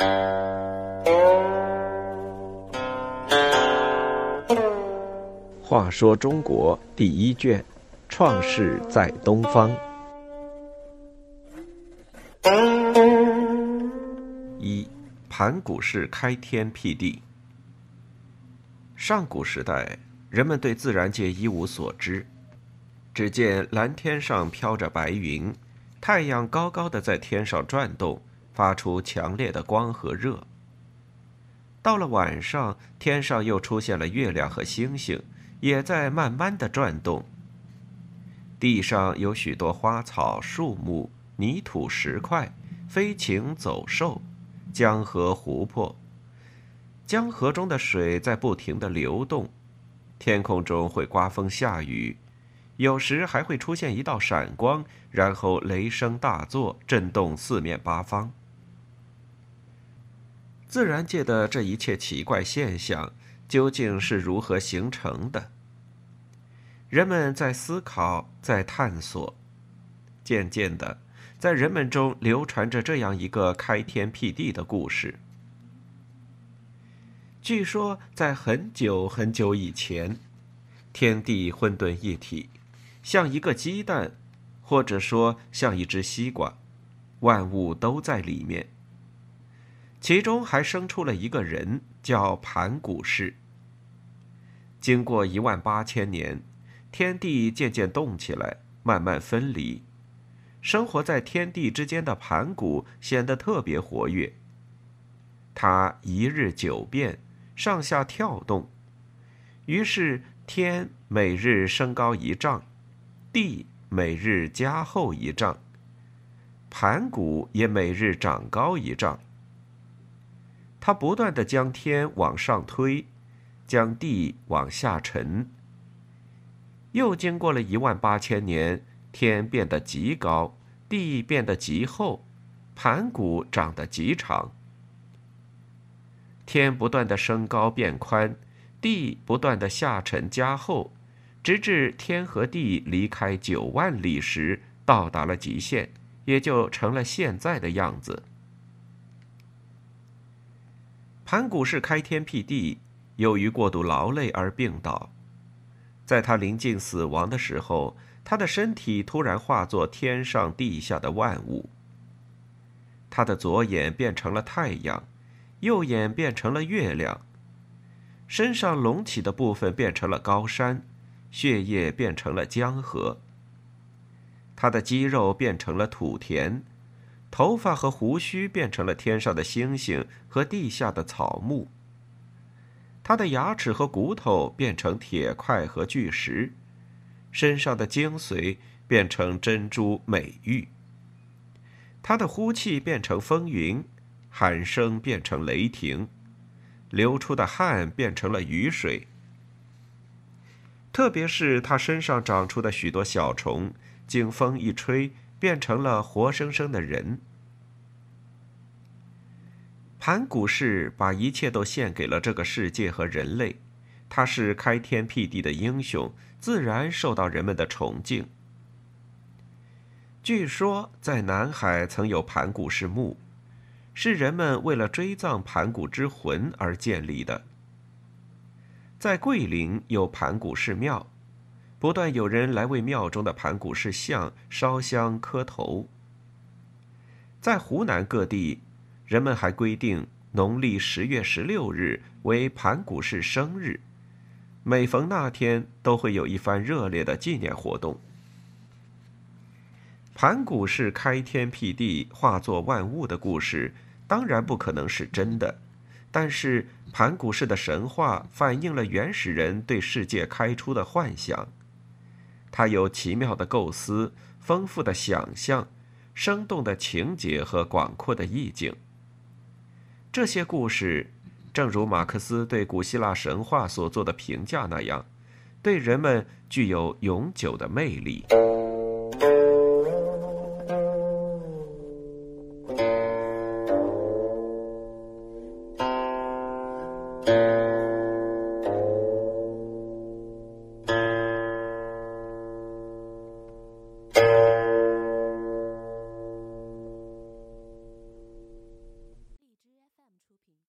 话说中国第一卷，创世在东方。一、盘古氏开天辟地。上古时代，人们对自然界一无所知，只见蓝天上飘着白云，太阳高高的在天上转动，发出强烈的光和热。到了晚上，天上又出现了月亮和星星，也在慢慢的转动。地上有许多花草树木、泥土石块、飞禽走兽、江河湖泊。江河中的水在不停地流动，天空中会刮风下雨，有时还会出现一道闪光，然后雷声大作，震动四面八方。自然界的这一切奇怪现象究竟是如何形成的？人们在思考，在探索。渐渐的，在人们中流传着这样一个开天辟地的故事。据说在很久很久以前，天地混沌一体，像一个鸡蛋，或者说像一只西瓜，万物都在里面。其中还生出了一个人，叫盘古氏。经过18000年，天地渐渐动起来，慢慢分离。生活在天地之间的盘古显得特别活跃。他一日9变，上下跳动，于是天每日升高1丈，地每日加厚1丈，盘古也每日长高1丈。他不断地将天往上推，将地往下沉。又经过了18000年，天变得极高，地变得极厚，盘古长得极长。天不断地升高变宽，地不断地下沉加厚，直至天和地离开9万里时，到达了极限，也就成了现在的样子。盘古氏开天辟地，由于过度劳累而病倒。在他临近死亡的时候，他的身体突然化作天上地下的万物。他的左眼变成了太阳，右眼变成了月亮，身上隆起的部分变成了高山，血液变成了江河。他的肌肉变成了土田，头发和胡须变成了天上的星星和地下的草木。他的牙齿和骨头变成铁块和巨石，身上的精髓变成珍珠美玉。他的呼气变成风云，喊声变成雷霆，流出的汗变成了雨水。特别是他身上长出的许多小虫，经风一吹，变成了活生生的人。盘古氏把一切都献给了这个世界和人类，他是开天辟地的英雄，自然受到人们的崇敬。据说在南海曾有盘古氏墓，是人们为了追葬盘古之魂而建立的。在桂林有盘古氏庙，不断有人来为庙中的盘古氏像烧香磕头。在湖南各地，人们还规定农历10月16日为盘古氏生日，每逢那天都会有一番热烈的纪念活动。盘古氏开天辟地、化作万物的故事当然不可能是真的，但是盘古氏的神话反映了原始人对世界开出的幻想。它有奇妙的构思、丰富的想象、生动的情节和广阔的意境。这些故事，正如马克思对古希腊神话所做的评价那样，对人们具有永久的魅力。